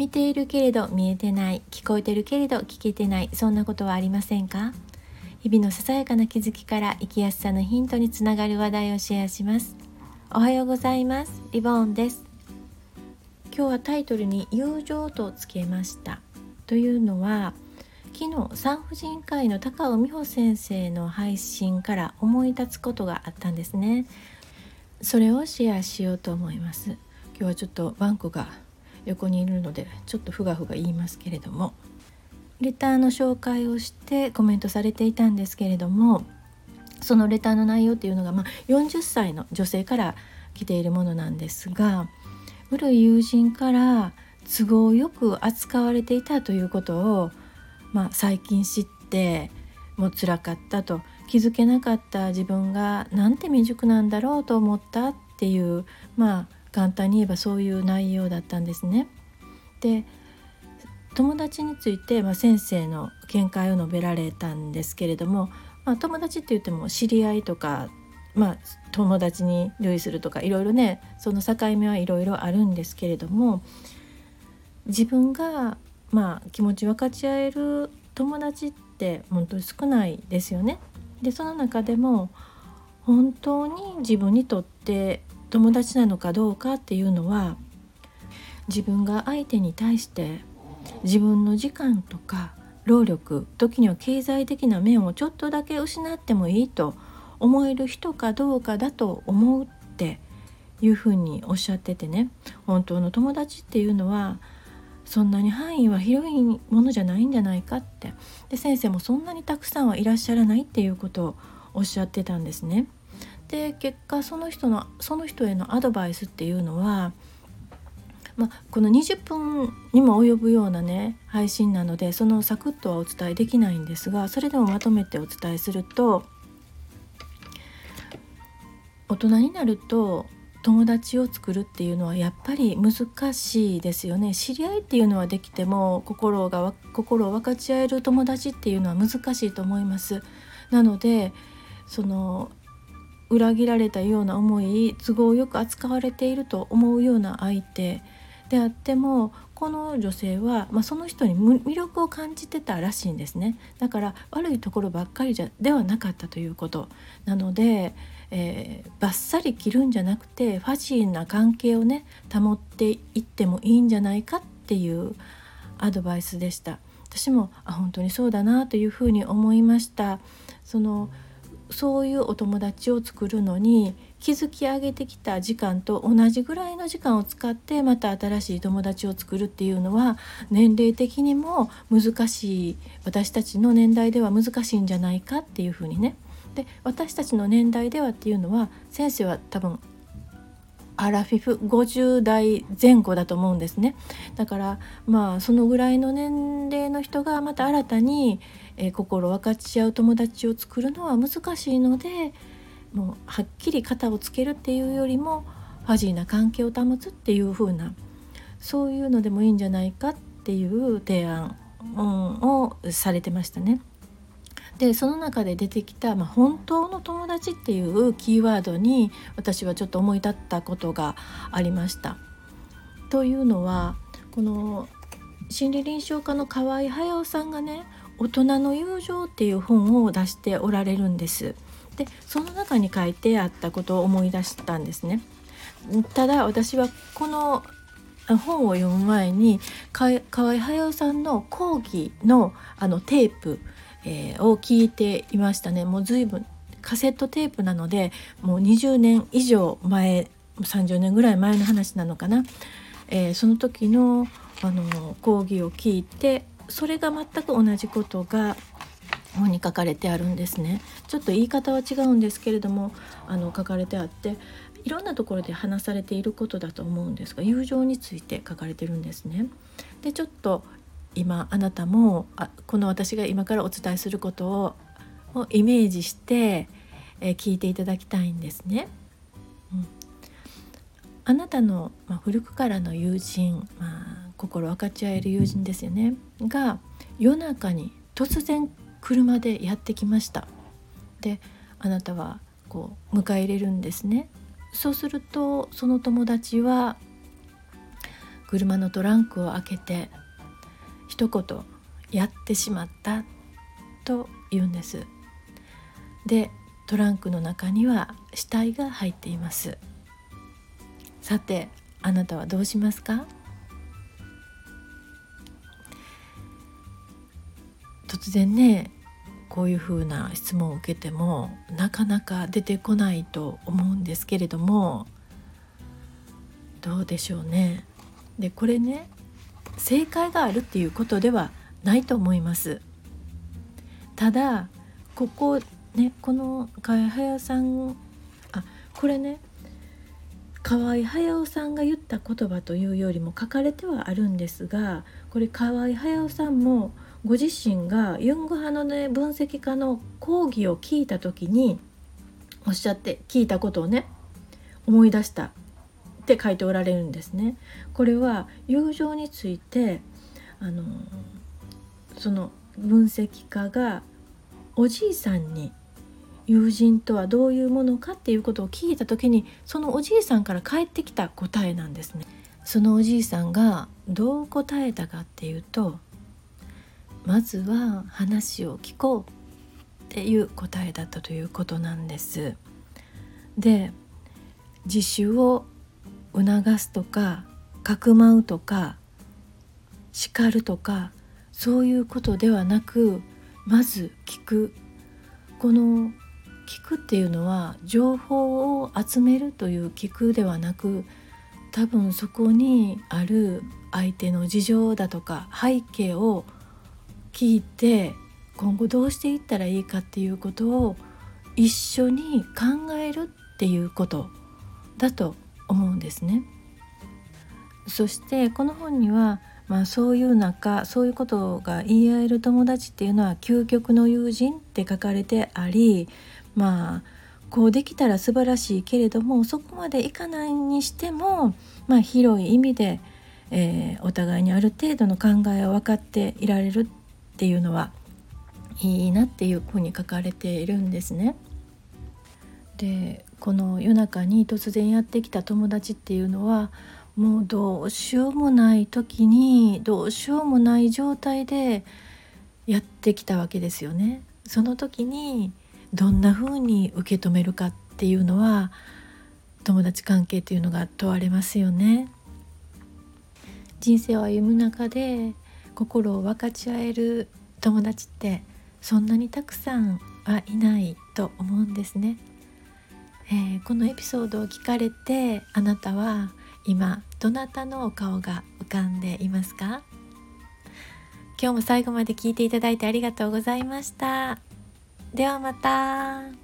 見ているけれど見えてない、聞こえてるけれど聞けてない、そんなことはありませんか？日々のささやかな気づきから生きやすさのヒントにつながる話題をシェアします。おはようございます。リボーンです。今日はタイトルに友情とつけました。というのは、昨日産婦人科医の高尾美穂先生の配信から思い立つことがあったんですね。それをシェアしようと思います。今日はちょっとワンコが横にいるのでちょっとふがふが言いますけれども、レターの紹介をしてコメントされていたんですけれども、そのレターの内容っていうのが、40歳の女性から来ているものなんですが、古い友人から都合よく扱われていたということを、最近知ってもう辛かったと、気づけなかった自分がなんて未熟なんだろうと思ったっていう、簡単に言えばそういう内容だったんですね。で、友達について、先生の見解を述べられたんですけれども、友達って言っても知り合いとか、友達に類するとかいろいろね、その境目はいろいろあるんですけれども、自分が気持ち分かち合える友達って本当に少ないですよね。で、その中でも本当に自分にとって友達なのかどうかっていうのは、自分が相手に対して自分の時間とか労力、時には経済的な面をちょっとだけ失ってもいいと思える人かどうかだと思うっていうふうにおっしゃっててね、本当の友達っていうのはそんなに範囲は広いものじゃないんじゃないかって、で先生もそんなにたくさんはいらっしゃらないっていうことをおっしゃってたんですね。で、結果その人へのアドバイスっていうのは、この20分にも及ぶようなね配信なので、そのサクッとはお伝えできないんですが、それでもまとめてお伝えすると、大人になると友達を作るっていうのはやっぱり難しいですよね。知り合いっていうのはできても心を分かち合える友達っていうのは難しいと思います。なので、その裏切られたような思い、都合よく扱われていると思うような相手であっても、この女性は、その人に魅力を感じてたらしいんですね。だから悪いところばっかりではなかったということなので、バッサリ切るんじゃなくてファジーな関係をね保っていってもいいんじゃないかっていうアドバイスでした。私も本当にそうだなというふうに思いました。そういうお友達を作るのに築き上げてきた時間と同じぐらいの時間を使ってまた新しい友達を作るっていうのは、年齢的にも難しい、私たちの年代では難しいんじゃないかっていうふうにね。で、私たちの年代ではっていうのは、先生は多分アラフィフ50代前後だと思うんですね。だからそのぐらいの年齢の人がまた新たに、心分かち合う友達を作るのは難しいので、もうはっきり肩をつけるっていうよりもファジーな関係を保つっていう風な、そういうのでもいいんじゃないかっていう提案、をされてましたね。で、その中で出てきた、本当の友達っていうキーワードに私はちょっと思い立ったことがありました。というのは、この心理臨床家の河合隼さんがね、大人の友情っていう本を出しておられるんです。で、その中に書いてあったことを思い出したんですね。ただ私はこの本を読む前に河合隼さんの講義のテープ、を聞いていましたね。もう随分カセットテープなので、もう20年以上前、30年ぐらい前の話なのかな。その時の講義を聞いて、それが全く同じことが本に書かれてあるんですね。ちょっと言い方は違うんですけれども、書かれてあって、いろんなところで話されていることだと思うんですが、友情について書かれてるんですね。で、ちょっと今あなたもこの私が今からお伝えすることをイメージして、聞いていただきたいんですね。あなたの、古くからの友人、心分かち合える友人ですよねが、夜中に突然車でやってきました。で、あなたはこう迎え入れるんですね。そうするとその友達は車のトランクを開けて一言やってしまったと言うんです。でトランクの中には死体が入っています。さてあなたはどうしますか？突然ねこういうふうな質問を受けてもなかなか出てこないと思うんですけれども、どうでしょうね。でこれね正解があるっていうことではないと思います。ただここね、この河合隼さんこれね河合隼さんが言った言葉というよりも書かれてはあるんですが、これ河合隼さんもご自身がユング派のね分析家の講義を聞いた時におっしゃって聞いたことをね思い出したって書いておられるんですね。これは友情についてその分析家がおじいさんに友人とはどういうものかっていうことを聞いた時にそのおじいさんから返ってきた答えなんですね。そのおじいさんがどう答えたかっていうと、まずは話を聞こうっていう答えだったということなんです。で自首を促すとかかくまうとか叱るとかそういうことではなく、まず聞く。この聞くっていうのは情報を集めるという聞くではなく、多分そこにある相手の事情だとか背景を聞いて今後どうしていったらいいかっていうことを一緒に考えるっていうことだと思うんですね。そしてこの本には、そういう中そういうことが言い合える友達っていうのは究極の友人って書かれてあり、こうできたら素晴らしいけれどもそこまでいかないにしても、広い意味で、お互いにある程度の考えを分かっていられるっていうのはいいなっていうふうに書かれているんですね。でこの夜中に突然やってきた友達っていうのはもうどうしようもない時にどうしようもない状態でやってきたわけですよね。その時にどんな風に受け止めるかっていうのは友達関係っていうのが問われますよね。人生を歩む中で心を分かち合える友達ってそんなにたくさんはいないと思うんですね。このエピソードを聞かれてあなたは今どなたのお顔が浮かんでいますか？今日も最後まで聞いていただいてありがとうございました。ではまた。